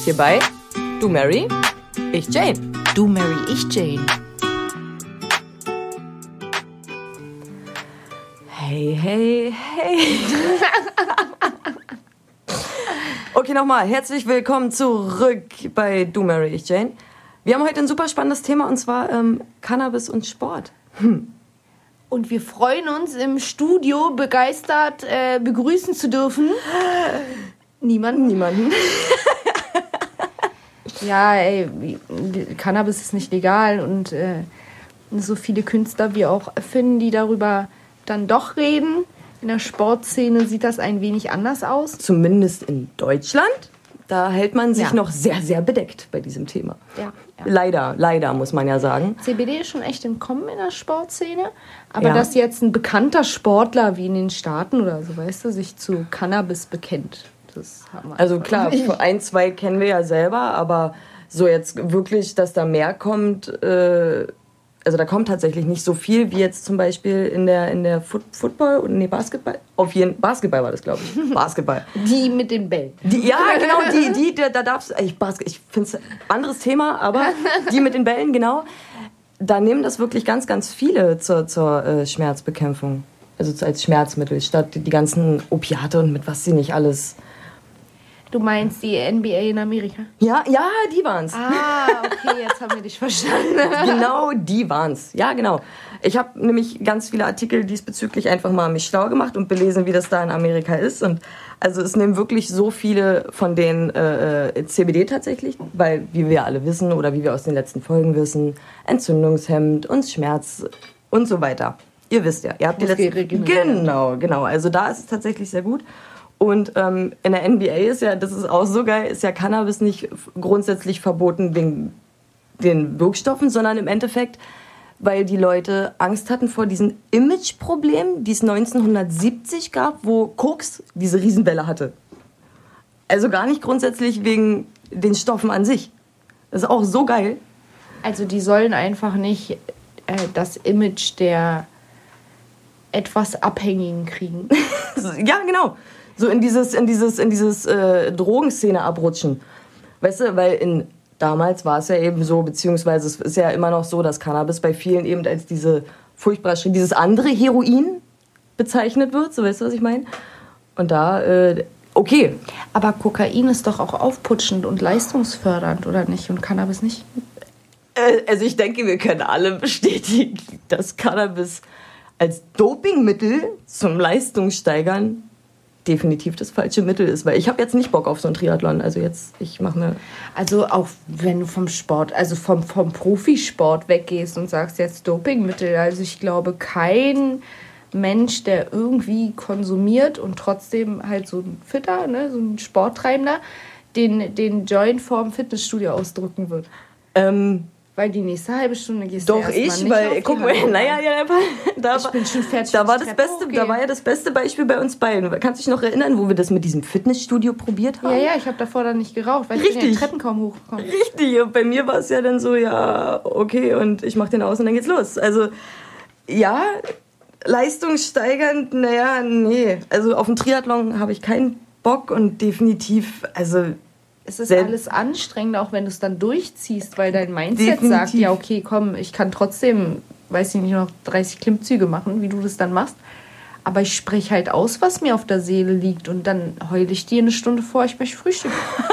hier bei Du Mary, ich Jane. Du Mary, ich Jane. Hey, hey, hey. Okay, nochmal. Herzlich willkommen zurück bei Du Mary, ich Jane. Wir haben heute ein super spannendes Thema und zwar Cannabis und Sport. Und wir freuen uns, im Studio begeistert begrüßen zu dürfen. Niemanden. Ja, ey, Cannabis ist nicht legal und so viele Künstler wie auch erfinden, die darüber dann doch reden. In der Sportszene sieht das ein wenig anders aus. Zumindest in Deutschland. Da hält man sich noch sehr, sehr bedeckt bei diesem Thema. Ja. Leider, muss man ja sagen. CBD ist schon echt im Kommen in der Sportszene. Aber dass jetzt ein bekannter Sportler wie in den Staaten oder so, weißt du, sich zu Cannabis bekennt. Das haben wir also klar, ein, zwei kennen wir ja selber, aber so jetzt wirklich, dass da mehr kommt, also da kommt tatsächlich nicht so viel wie jetzt zum Beispiel in der Basketball. Basketball war das, glaube ich. Basketball. Die mit den Bällen. Da darfst du, ich finde es ein anderes Thema, aber die mit den Bällen, genau, da nehmen das wirklich ganz, ganz viele zur Schmerzbekämpfung. Also als Schmerzmittel, statt die ganzen Opiate und mit was sie nicht alles... Du meinst die NBA in Amerika? Ja, die waren's. Ah, okay, jetzt haben wir dich verstanden. Genau, die waren's. Ja, genau. Ich habe nämlich ganz viele Artikel diesbezüglich einfach mal mich schlau gemacht und belesen, wie das da in Amerika ist. Und also es nehmen wirklich so viele von denen CBD tatsächlich, weil, wie wir alle wissen oder wie wir aus den letzten Folgen wissen, entzündungshemmend und Schmerz und so weiter. Ihr wisst ja, ihr habt die letzten... Genau. Also da ist es tatsächlich sehr gut. Und in der NBA ist ja, das ist auch so geil, ist ja Cannabis nicht grundsätzlich verboten wegen den Wirkstoffen, sondern im Endeffekt, weil die Leute Angst hatten vor diesen Imageproblemen, die es 1970 gab, wo Koks diese Riesenwelle hatte. Also gar nicht grundsätzlich wegen den Stoffen an sich. Das ist auch so geil. Also die sollen einfach nicht das Image der etwas Abhängigen kriegen. Ja, genau. So in dieses Drogenszene abrutschen. Weißt du, weil damals war es ja eben so, beziehungsweise es ist ja immer noch so, dass Cannabis bei vielen eben als dieses andere Heroin bezeichnet wird. So, weißt du, was ich meine? Und da, okay. Aber Kokain ist doch auch aufputschend und leistungsfördernd, oder nicht? Und Cannabis nicht? Also ich denke, wir können alle bestätigen, dass Cannabis als Dopingmittel zum Leistungssteigern definitiv das falsche Mittel ist, weil ich habe jetzt nicht Bock auf so einen Triathlon. Also ich mache mir... Also auch wenn du vom Sport, also vom Profisport weggehst und sagst jetzt Dopingmittel, also ich glaube kein Mensch, der irgendwie konsumiert und trotzdem halt so ein Fitter, ne, so ein Sporttreibender, den Joint vorm Fitnessstudio ausdrücken wird. Weil die nächste halbe Stunde gehst doch, du erstmal nicht weil, auf guck mal, ich bin schon fertig. Da war ja das beste Beispiel bei uns beiden. Kannst du dich noch erinnern, wo wir das mit diesem Fitnessstudio probiert haben? Ja, ich habe davor dann nicht geraucht, weil ich bin den Treppen kaum hochgekommen. Richtig, und bei mir war es ja dann so, ja, okay, und ich mach den aus und dann geht's los. Also, ja, leistungssteigernd, naja, nee. Also auf den Triathlon habe ich keinen Bock und definitiv, also... Es ist alles anstrengend, auch wenn du es dann durchziehst, weil dein Mindset sagt, ja okay, komm, ich kann trotzdem, weiß ich nicht, noch 30 Klimmzüge machen, wie du das dann machst. Aber ich spreche halt aus, was mir auf der Seele liegt und dann heule ich dir eine Stunde vor, ich möchte frühstücken.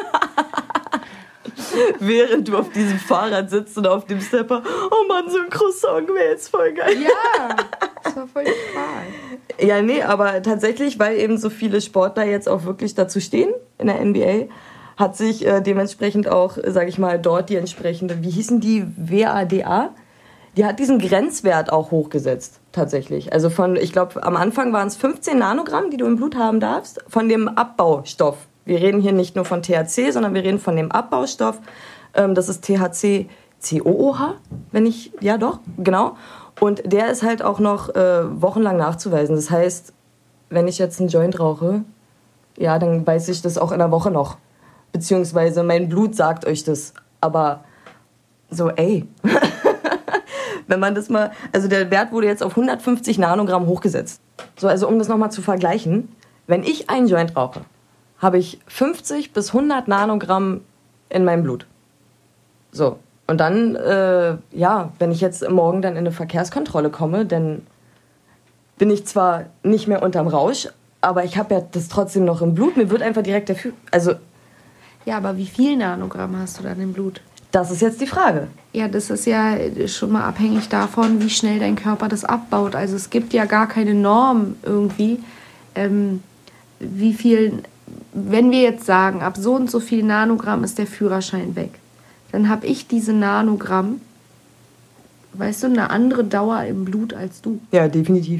Während du auf diesem Fahrrad sitzt und auf dem Stepper, oh Mann, so ein Croissant wäre jetzt voll geil. Ja, das war voll geil. Ja, nee, aber tatsächlich, weil eben so viele Sportler jetzt auch wirklich dazu stehen in der NBA, hat sich dementsprechend auch, sage ich mal, dort die entsprechende, wie hießen die, WADA? Die hat diesen Grenzwert auch hochgesetzt, tatsächlich. Also ich glaube, am Anfang waren es 15 Nanogramm, die du im Blut haben darfst, von dem Abbaustoff. Wir reden hier nicht nur von THC, sondern wir reden von dem Abbaustoff. Das ist THC-COOH, ja doch, genau. Und der ist halt auch noch wochenlang nachzuweisen. Das heißt, wenn ich jetzt einen Joint rauche, ja, dann weiß ich das auch in der Woche noch. Beziehungsweise mein Blut sagt euch das. Aber so, ey. Wenn man das mal... Also der Wert wurde jetzt auf 150 Nanogramm hochgesetzt. So, also um das nochmal zu vergleichen. Wenn ich einen Joint rauche, habe ich 50 bis 100 Nanogramm in meinem Blut. So. Und dann, wenn ich jetzt morgen dann in eine Verkehrskontrolle komme, dann bin ich zwar nicht mehr unterm Rausch, aber ich habe ja das trotzdem noch im Blut. Mir wird einfach direkt der Ja, aber wie viel Nanogramm hast du dann im Blut? Das ist jetzt die Frage. Ja, das ist ja schon mal abhängig davon, wie schnell dein Körper das abbaut. Also es gibt ja gar keine Norm irgendwie, wie viel, wenn wir jetzt sagen, ab so und so viel Nanogramm ist der Führerschein weg, dann habe ich diese Nanogramm, weißt du, eine andere Dauer im Blut als du. Ja, definitiv.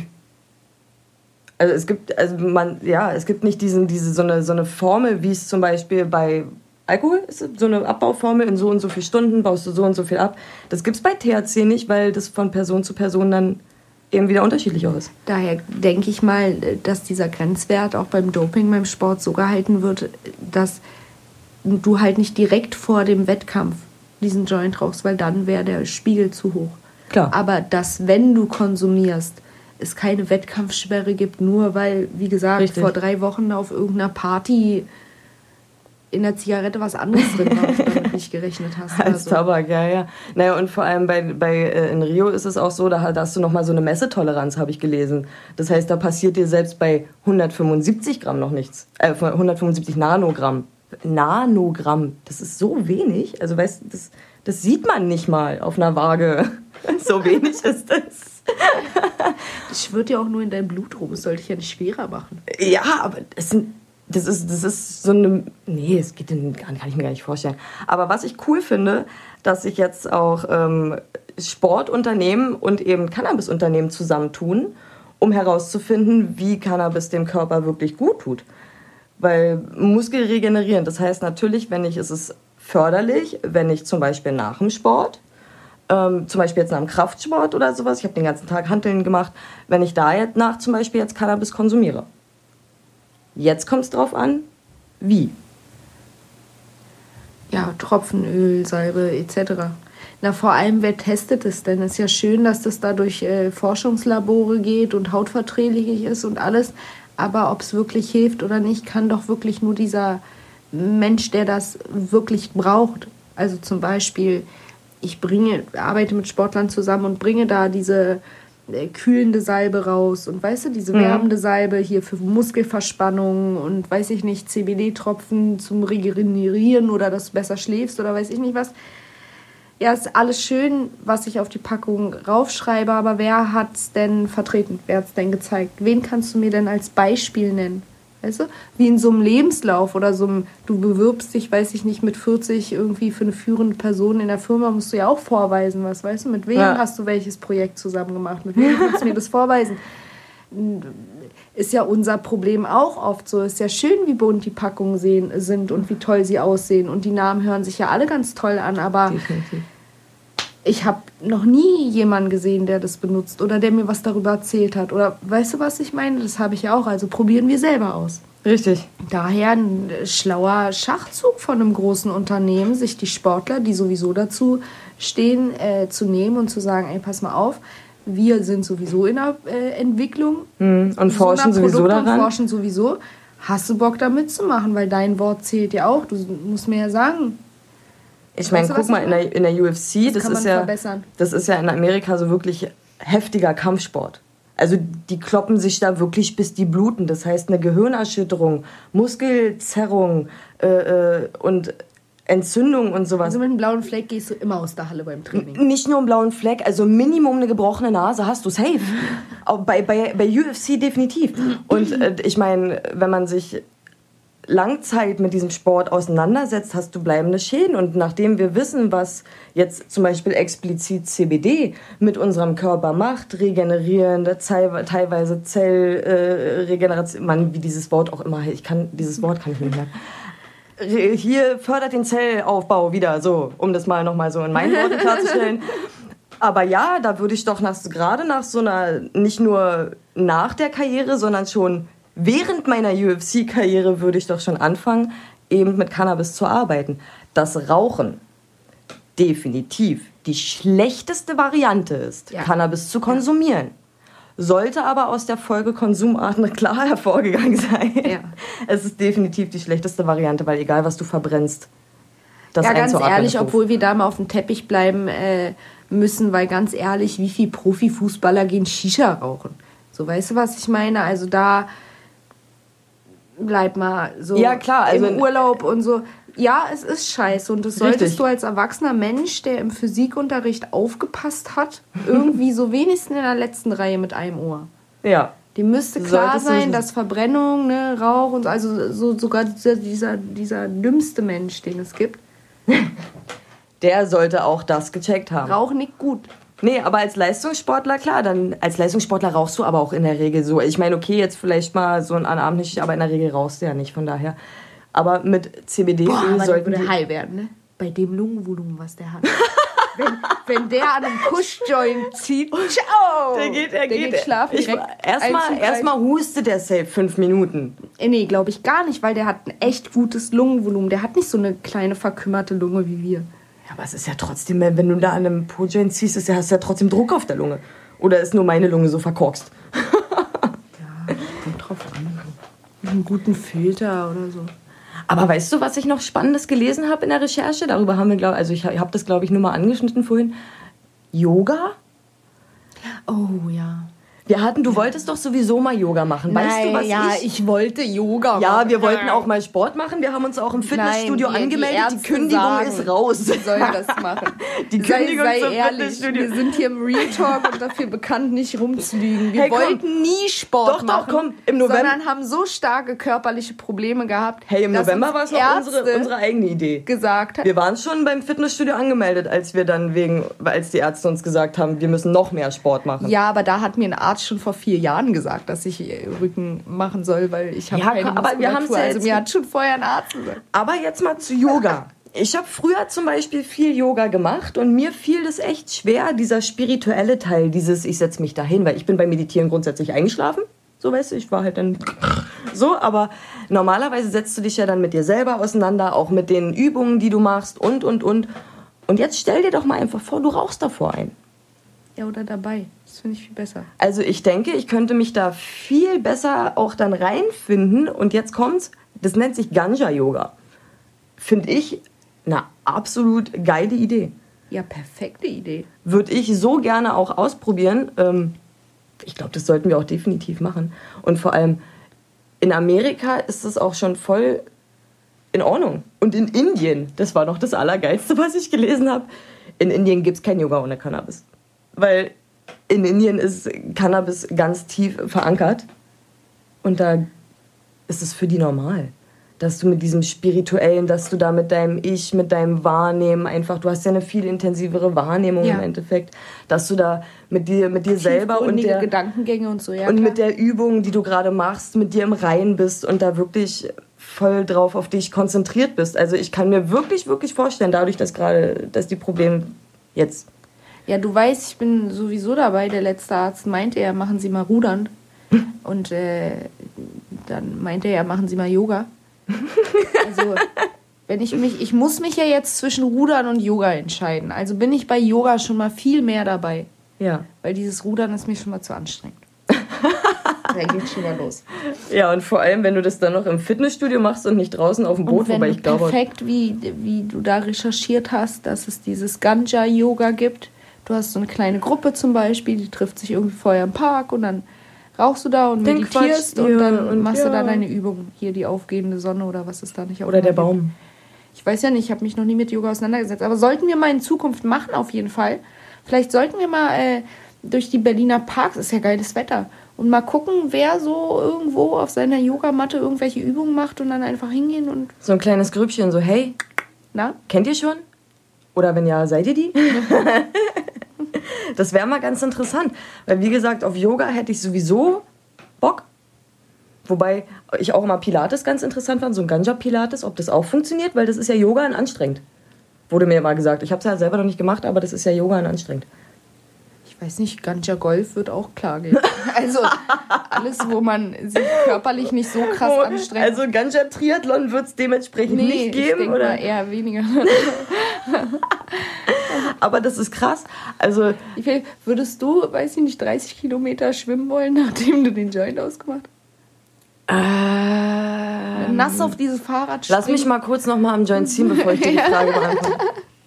Also es gibt nicht so eine Formel, wie es zum Beispiel bei Alkohol ist, so eine Abbauformel, in so und so viel Stunden baust du so und so viel ab. Das gibt's bei THC nicht, weil das von Person zu Person dann eben wieder unterschiedlich auch ist. Daher denke ich mal, dass dieser Grenzwert auch beim Doping, beim Sport so gehalten wird, dass du halt nicht direkt vor dem Wettkampf diesen Joint rauchst, weil dann wäre der Spiegel zu hoch. Klar. Aber dass, wenn du konsumierst, es keine Wettkampfsperre gibt, nur weil, wie gesagt, Richtig. vor 3 Wochen auf irgendeiner Party in der Zigarette was anderes drin war, was du damit nicht gerechnet hast. Als Tabak, ja. Naja, und vor allem in Rio ist es auch so, da hast du nochmal so eine Messetoleranz, habe ich gelesen. Das heißt, da passiert dir selbst bei 175 Gramm noch nichts. 175 Nanogramm. Nanogramm, das ist so wenig. Also weißt du, das sieht man nicht mal auf einer Waage. So wenig ist das. Das schwirrt ja auch nur in deinem Blut rum. Das sollte ich ja nicht schwerer machen. Ja, aber das ist so eine... Nee, das kann ich mir gar nicht vorstellen. Aber was ich cool finde, dass sich jetzt auch Sportunternehmen und eben Cannabisunternehmen zusammentun, um herauszufinden, wie Cannabis dem Körper wirklich gut tut. Weil Muskel regenerieren, das heißt natürlich, ist es förderlich, wenn ich zum Beispiel nach dem Sport, zum Beispiel jetzt nach dem Kraftsport oder sowas, ich habe den ganzen Tag Hanteln gemacht, wenn ich da jetzt zum Beispiel jetzt Cannabis konsumiere. Jetzt kommt es drauf an, wie. Ja, Tropfenöl, Salbe etc. Na, vor allem, wer testet es denn? Es ist ja schön, dass das da durch Forschungslabore geht und hautverträglich ist und alles. Aber ob es wirklich hilft oder nicht, kann doch wirklich nur dieser Mensch, der das wirklich braucht. Also zum Beispiel, ich arbeite mit Sportlern zusammen und bringe da diese kühlende Salbe raus und weißt du, diese wärmende Salbe hier für Muskelverspannung und weiß ich nicht, CBD-Tropfen zum Regenerieren oder dass du besser schläfst oder weiß ich nicht was. Ja, ist alles schön, was ich auf die Packung raufschreibe, aber wer hat's denn vertreten? Wer hat's denn gezeigt? Wen kannst du mir denn als Beispiel nennen? Weißt du? Wie in so einem Lebenslauf oder du bewirbst dich, weiß ich nicht, mit 40 irgendwie für eine führende Person in der Firma, musst du ja auch vorweisen, was, weißt du? Mit wem hast du welches Projekt zusammen gemacht? Mit wem kannst du mir das vorweisen? Ist ja unser Problem auch oft so. Ist ja schön, wie bunt die Packungen sind und wie toll sie aussehen. Und die Namen hören sich ja alle ganz toll an, aber Definitiv. Ich habe noch nie jemanden gesehen, der das benutzt oder der mir was darüber erzählt hat. Oder weißt du, was ich meine? Das habe ich ja auch. Also probieren wir selber aus. Richtig. Daher ein schlauer Schachzug von einem großen Unternehmen, sich die Sportler, die sowieso dazu stehen, zu nehmen und zu sagen, ey, pass mal auf, wir sind sowieso in der Entwicklung. Und forschen sowieso daran. Und forschen sowieso. Hast du Bock da mitzumachen? Weil dein Wort zählt ja auch. Du musst mir ja sagen. Ich meine, guck mal, in der UFC, das ist ja in Amerika so wirklich heftiger Kampfsport. Also die kloppen sich da wirklich, bis die bluten. Das heißt, eine Gehirnerschütterung, Muskelzerrung und Entzündung und sowas. Also mit einem blauen Fleck gehst du immer aus der Halle beim Training. Nicht nur einen blauen Fleck, also Minimum eine gebrochene Nase hast du safe. Auch bei UFC definitiv. Und ich meine, wenn man sich Langzeit mit diesem Sport auseinandersetzt, hast du bleibende Schäden. Und nachdem wir wissen, was jetzt zum Beispiel explizit CBD mit unserem Körper macht, regenerierende, teilweise Zellregeneration, wie dieses Wort auch immer, dieses Wort kann ich nicht mehr. Hier fördert den Zellaufbau wieder, so, um das mal nochmal so in meinen Worten klarzustellen. Aber ja, da würde ich doch gerade nach so einer, nicht nur nach der Karriere, sondern schon während meiner UFC-Karriere würde ich doch schon anfangen, eben mit Cannabis zu arbeiten. Das Rauchen definitiv die schlechteste Variante ist, Cannabis zu konsumieren. Sollte aber aus der Folge Konsumarten klar hervorgegangen sein. Ja. Es ist definitiv die schlechteste Variante, weil egal, was du verbrennst. das Ja, ganz einzuordnen ehrlich, ist doof. obwohl wir da mal auf dem Teppich bleiben müssen, weil ganz ehrlich, wie viele Profifußballer gehen Shisha rauchen? So, weißt du, was ich meine? Also da bleib mal so Ja, klar, also im Urlaub und so. Ja, es ist scheiße und das solltest Richtig. du als erwachsener Mensch, der im Physikunterricht aufgepasst hat, irgendwie so wenigstens in der letzten Reihe mit einem Ohr. Ja. Dem müsste klar Solltest du sein, wissen. dass Verbrennung, ne, Rauch und also so, sogar dieser dümmste Mensch, den es gibt, Der sollte auch das gecheckt haben. Rauch nicht gut. Nee, aber als Leistungssportler, klar, dann als Leistungssportler rauchst du aber auch in der Regel so. Ich meine, okay, jetzt vielleicht mal so einen Abend nicht, aber in der Regel rauchst du ja nicht, von daher. Aber mit CBD Boah, aber der sollten würde die... high werden, ne? Bei dem Lungenvolumen, was der hat. wenn der an einem Push-Joint zieht, ciao! Der geht schlafen direkt. Erstmal hustet der safe 5 Minuten. Nee, glaube ich gar nicht, weil der hat ein echt gutes Lungenvolumen. Der hat nicht so eine kleine verkümmerte Lunge wie wir. Ja, aber es ist ja trotzdem, wenn du da an einem Po-Joint ziehst, hast du ja trotzdem Druck auf der Lunge. Oder ist nur meine Lunge so verkorkst? Ja, kommt drauf an. Mit einem guten Filter oder so. Aber weißt du, was ich noch Spannendes gelesen habe in der Recherche? Darüber haben wir, ich habe das, glaube ich, nur mal angeschnitten vorhin. Yoga? Oh, ja. Du wolltest doch sowieso mal Yoga machen. Weißt du, was ich wollte Yoga Ja, machen. wir wollten auch mal Sport machen. Wir haben uns auch im Fitnessstudio Nein, die angemeldet. Die Ärzte Kündigung sagen, ist raus. Wir sollen das machen. Die Kündigung sei zum ehrlich, Fitnessstudio. wir sind hier im Real Talk und dafür bekannt, nicht rumzulügen. Wir Hey, komm. wollten nie Sport Doch, machen, komm, im November- sondern haben so starke körperliche Probleme gehabt, Hey, im dass November uns war es noch Ärzte unsere eigene Idee. gesagt hat, Wir waren schon beim Fitnessstudio angemeldet, als die Ärzte uns gesagt haben, wir müssen noch mehr Sport machen. ja, aber da hat mir ein Arzt schon vor 4 Jahren gesagt, dass ich Rücken machen soll, weil ich habe Ja, keine aber wir haben's Muskulatur. ja Also jetzt- mir hat schon vorher ein Arzt gesagt. Aber jetzt mal zu Yoga. Ich habe früher zum Beispiel viel Yoga gemacht und mir fiel das echt schwer, dieser spirituelle Teil, ich setze mich dahin, weil ich bin beim Meditieren grundsätzlich eingeschlafen. So, weißt du, ich war halt dann so, aber normalerweise setzt du dich ja dann mit dir selber auseinander, auch mit den Übungen, die du machst und. Und jetzt stell dir doch mal einfach vor, du rauchst davor ein. Ja, oder dabei. Das finde ich viel besser. Also ich denke, ich könnte mich da viel besser auch dann reinfinden. Und jetzt kommt's, das nennt sich Ganja-Yoga. Finde ich eine absolut geile Idee. Ja, perfekte Idee. Würde ich so gerne auch ausprobieren. Ich glaube, das sollten wir auch definitiv machen. Und vor allem in Amerika ist das auch schon voll in Ordnung. Und in Indien, das war noch das Allergeilste, was ich gelesen habe. In Indien gibt es kein Yoga ohne Cannabis. Weil in Indien ist Cannabis ganz tief verankert. Und da ist es für die normal. Dass du mit diesem Spirituellen, dass du da mit deinem Ich, mit deinem Wahrnehmen einfach, du hast ja eine viel intensivere Wahrnehmung Ja. im Endeffekt, dass du da mit dir selber und Tiefgründige der, Gedankengänge und so, ja. und klar. mit der Übung, die du gerade machst, mit dir im Reinen bist und da wirklich voll drauf auf dich konzentriert bist. Also ich kann mir wirklich, wirklich vorstellen, dadurch, dass die Probleme jetzt... Ja, du weißt, ich bin sowieso dabei. Der letzte Arzt meinte ja, machen Sie mal Rudern. Und dann meinte er, machen Sie mal Yoga. Also, ich muss mich ja jetzt zwischen Rudern und Yoga entscheiden. Also bin ich bei Yoga schon mal viel mehr dabei. Ja. Weil dieses Rudern ist mir schon mal zu anstrengend. Da geht's schon mal los. Ja, und vor allem, wenn du das dann noch im Fitnessstudio machst und nicht draußen auf dem Boot, Und wenn wobei du ich glaube... perfekt, wie du da recherchiert hast, dass es dieses Ganja-Yoga gibt. Du hast so eine kleine Gruppe zum Beispiel, die trifft sich irgendwie vorher im Park und dann rauchst du da und Dann meditierst quatscht und ihr dann und machst du da ja. deine Übung. Hier die aufgehende Sonne oder was ist da nicht auch Oder immer der gibt. Baum. Ich weiß ja nicht, ich habe mich noch nie mit Yoga auseinandergesetzt. Aber sollten wir mal in Zukunft machen, auf jeden Fall. Vielleicht sollten wir mal durch die Berliner Parks, ist ja geiles Wetter, und mal gucken, wer so irgendwo auf seiner Yogamatte irgendwelche Übungen macht und dann einfach hingehen und, So ein kleines Grüppchen, so, hey, na? kennt ihr schon? Oder wenn ja, seid ihr die? Das wäre mal ganz interessant. Weil wie gesagt, auf Yoga hätte ich sowieso Bock. Wobei ich auch immer Pilates ganz interessant fand, so ein Ganja-Pilates, ob das auch funktioniert, weil das ist ja Yoga in anstrengend. Wurde mir mal gesagt. Ich habe es ja selber noch nicht gemacht, aber das ist ja Yoga in anstrengend. Ich weiß nicht, Ganja Golf wird auch klar gehen. Also alles, wo man sich körperlich nicht so krass anstrengt. Also Ganja-Triathlon wird es dementsprechend nicht geben, ich denke oder? mal eher weniger. Aber das ist krass. Also Würdest du, weiß ich nicht, 30 Kilometer schwimmen wollen, nachdem du den Joint ausgemacht hast? nass auf dieses Fahrrad springen. Lass mich mal kurz noch mal am Joint ziehen, bevor ich dir die Frage beantworte.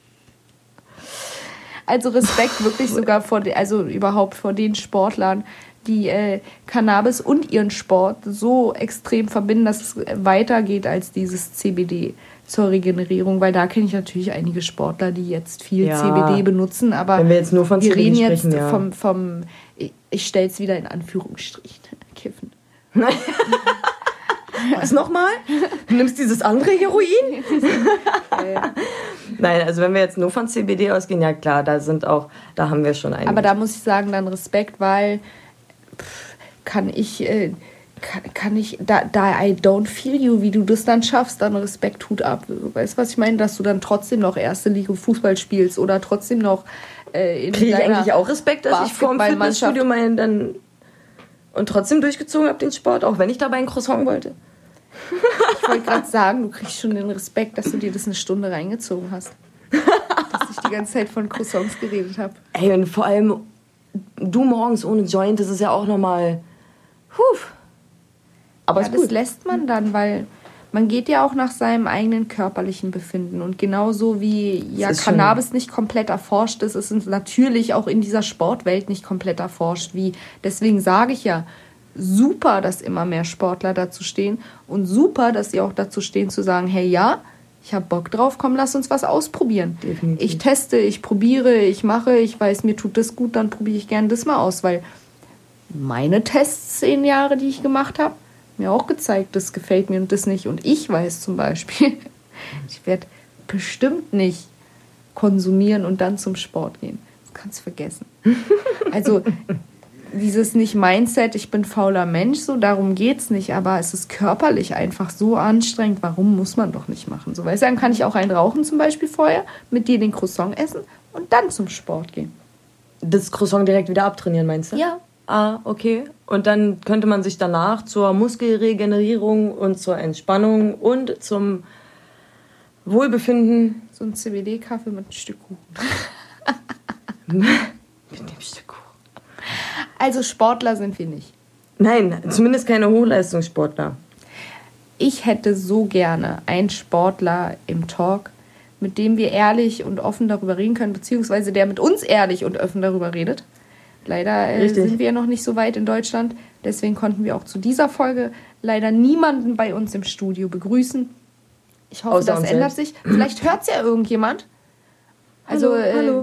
Also Respekt wirklich sogar überhaupt vor den Sportlern, die Cannabis und ihren Sport so extrem verbinden, dass es weitergeht als dieses CBD zur Regenerierung, weil da kenne ich natürlich einige Sportler, die jetzt viel CBD benutzen, aber wenn wir jetzt nur von wir CBD reden sprechen, jetzt vom ich stelle es wieder in Anführungsstrichen, Kiffen. Was nochmal? Du nimmst dieses andere Heroin? Nein, also wenn wir jetzt nur von CBD ausgehen, ja klar, da haben wir schon einige. Aber da muss ich sagen, dann Respekt, weil kann ich, I don't feel you, wie du das dann schaffst, dann Respekt, Hut ab. Weißt du, was ich meine? Dass du dann trotzdem noch erste Liga Fußball spielst oder trotzdem noch in kriege ich eigentlich auch Respekt, dass ich vor dem Fitnessstudio dann und trotzdem durchgezogen habe den Sport, auch wenn ich dabei ein Croissant wollte. Ich wollte gerade sagen, du kriegst schon den Respekt, dass du dir das eine Stunde reingezogen hast. Dass ich die ganze Zeit von Croissants geredet habe. Ey, und vor allem du morgens ohne Joint, das ist ja auch nochmal... Aber ja, das lässt man dann, weil man geht ja auch nach seinem eigenen körperlichen Befinden. Und genauso wie Cannabis nicht komplett erforscht ist, ist es natürlich auch in dieser Sportwelt nicht komplett erforscht. Deswegen sage ich ja, super, dass immer mehr Sportler dazu stehen und super, dass sie auch dazu stehen zu sagen, hey, ja, ich habe Bock drauf, komm, lass uns was ausprobieren. Definitiv. Ich teste, ich probiere, ich mache, ich weiß, mir tut das gut, dann probiere ich gern das mal aus, weil meine Tests 10 Jahre, die ich gemacht habe, mir auch gezeigt, das gefällt mir und das nicht. Und ich weiß zum Beispiel, ich werde bestimmt nicht konsumieren und dann zum Sport gehen. Das kannst du vergessen. Also dieses nicht Mindset, ich bin fauler Mensch, so darum geht's nicht, aber es ist körperlich einfach so anstrengend, warum muss man doch nicht machen? So, weißt du, dann kann ich auch einen rauchen zum Beispiel vorher, mit dir den Croissant essen und dann zum Sport gehen. Das Croissant direkt wieder abtrainieren, meinst du? Ja. Ah, okay. Und dann könnte man sich danach zur Muskelregenerierung und zur Entspannung und zum Wohlbefinden... So ein CBD-Kaffee mit einem Stück Kuchen. Mit dem Stück Kuchen. Also Sportler sind wir nicht. Nein, zumindest keine Hochleistungssportler. Ich hätte so gerne einen Sportler im Talk, mit dem wir ehrlich und offen darüber reden können, beziehungsweise der mit uns ehrlich und offen darüber redet. Leider sind wir ja noch nicht so weit in Deutschland. Deswegen konnten wir auch zu dieser Folge leider niemanden bei uns im Studio begrüßen. Ich hoffe, das ändert sich. Vielleicht hört es ja irgendjemand. Also, hallo.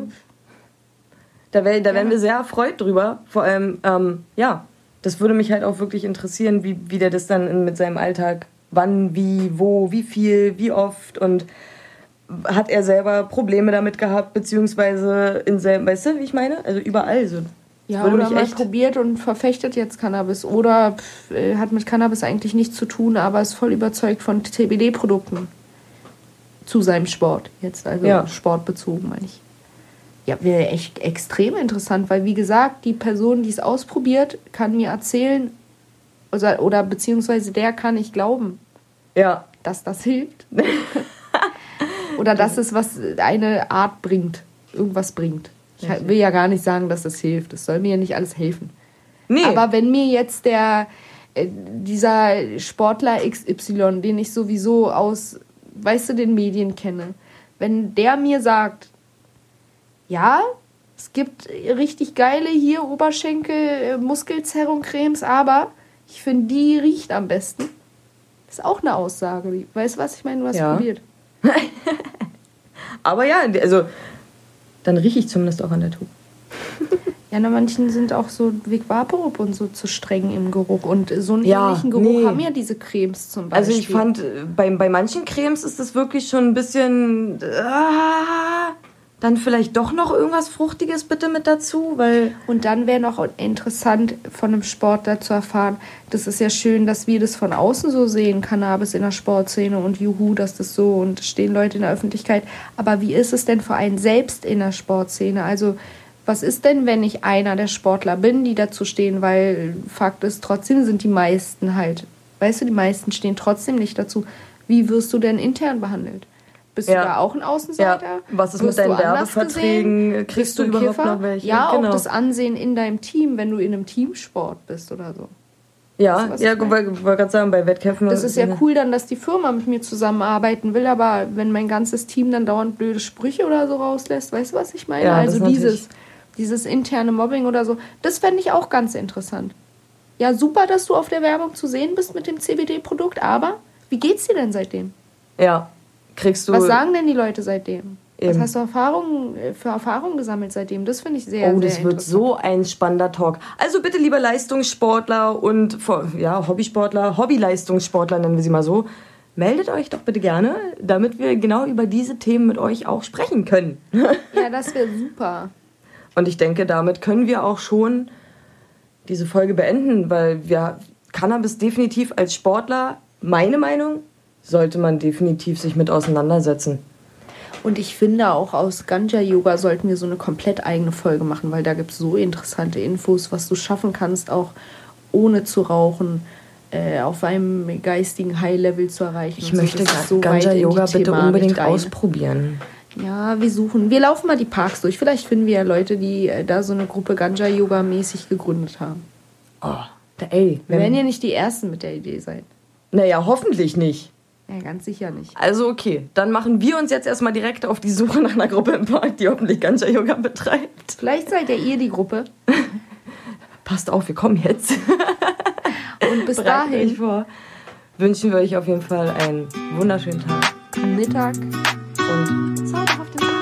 Da wären wir sehr erfreut drüber. Vor allem, das würde mich halt auch wirklich interessieren, wie der das dann mit seinem Alltag, wann, wie, wo, wie viel, wie oft und hat er selber Probleme damit gehabt, beziehungsweise weißt du, wie ich meine? Also überall so. Ja, oder mal probiert und verfechtet jetzt Cannabis oder hat mit Cannabis eigentlich nichts zu tun, aber ist voll überzeugt von CBD-Produkten zu seinem Sport jetzt, also sportbezogen meine ich. Ja, wäre echt extrem interessant, weil wie gesagt, die Person, die es ausprobiert, kann mir erzählen oder beziehungsweise der kann ich glauben, dass das hilft. Oder dass es eine Art bringt, irgendwas bringt. Ich will ja gar nicht sagen, dass das hilft. Das soll mir ja nicht alles helfen. Nee. Aber wenn mir jetzt dieser Sportler XY, den ich sowieso aus, weißt du, den Medien kenne, wenn der mir sagt, ja, es gibt richtig geile hier Oberschenkel, Muskelzerrung-Cremes, aber ich finde, die riecht am besten. Das ist auch eine Aussage. Weißt du, was ich meine? Du hast probiert. Aber ja, also dann rieche ich zumindest auch an der Tube. Ja, na, manchen sind auch so Vic Vaporub und so zu streng im Geruch. Und so einen ähnlichen Geruch haben ja diese Cremes zum Beispiel. Also ich fand, bei manchen Cremes ist das wirklich schon ein bisschen... dann vielleicht doch noch irgendwas Fruchtiges bitte mit dazu, weil... Und dann wäre noch interessant, von einem Sportler zu erfahren, das ist ja schön, dass wir das von außen so sehen, Cannabis in der Sportszene und juhu, dass das so und stehen Leute in der Öffentlichkeit. Aber wie ist es denn für einen selbst in der Sportszene? Also was ist denn, wenn ich einer der Sportler bin, die dazu stehen? Weil Fakt ist, trotzdem sind die meisten halt, weißt du, die meisten stehen trotzdem nicht dazu. Wie wirst du denn intern behandelt? Bist du da auch ein Außenseiter? Ja. Was ist mit deinen Werbeverträgen? Kriegst du überhaupt noch welche? Ja, genau. Auch das Ansehen in deinem Team, wenn du in einem Teamsport bist oder so. Ja, was ja, ich meine? wollte gerade sagen, bei Wettkämpfen... Das ist ja cool dann, dass die Firma mit mir zusammenarbeiten will, aber wenn mein ganzes Team dann dauernd blöde Sprüche oder so rauslässt, weißt du, was ich meine? Ja, das also ist dieses interne Mobbing oder so, das fände ich auch ganz interessant. Ja, super, dass du auf der Werbung zu sehen bist mit dem CBD-Produkt, aber wie geht's dir denn seitdem? Ja, kriegst du... Was sagen denn die Leute seitdem? Was Eben. hast du für Erfahrungen gesammelt seitdem? Das finde ich sehr, Oh, sehr das wird interessant. so ein spannender Talk. Also bitte, lieber Leistungssportler und Hobbysportler, Hobbyleistungssportler nennen wir sie mal so, meldet euch doch bitte gerne, damit wir genau über diese Themen mit euch auch sprechen können. Ja, das wäre super. Und ich denke, damit können wir auch schon diese Folge beenden, weil Cannabis definitiv als Sportler, meine Meinung, sollte man definitiv sich mit auseinandersetzen. Und ich finde auch aus Ganja-Yoga sollten wir so eine komplett eigene Folge machen, weil da gibt es so interessante Infos, was du schaffen kannst, auch ohne zu rauchen, auf einem geistigen High-Level zu erreichen. Ich und möchte das ist so weit in die Ganja-Yoga bitte Thematik unbedingt rein. ausprobieren. Ja, wir laufen mal die Parks durch. Vielleicht finden wir ja Leute, die da so eine Gruppe Ganja-Yoga-mäßig gegründet haben. Oh, ey. Wir werden ja nicht die Ersten mit der Idee sein. Naja, hoffentlich nicht. Ja, ganz sicher nicht. Also okay, dann machen wir uns jetzt erstmal direkt auf die Suche nach einer Gruppe im Park, die hoffentlich Ganja-Yoga betreibt. Vielleicht seid ja ihr die Gruppe. Passt auf, wir kommen jetzt. Und bis Bereitet euch dahin, vor. Wünschen wir euch auf jeden Fall einen wunderschönen Tag. Mittag. Und Zauberhafte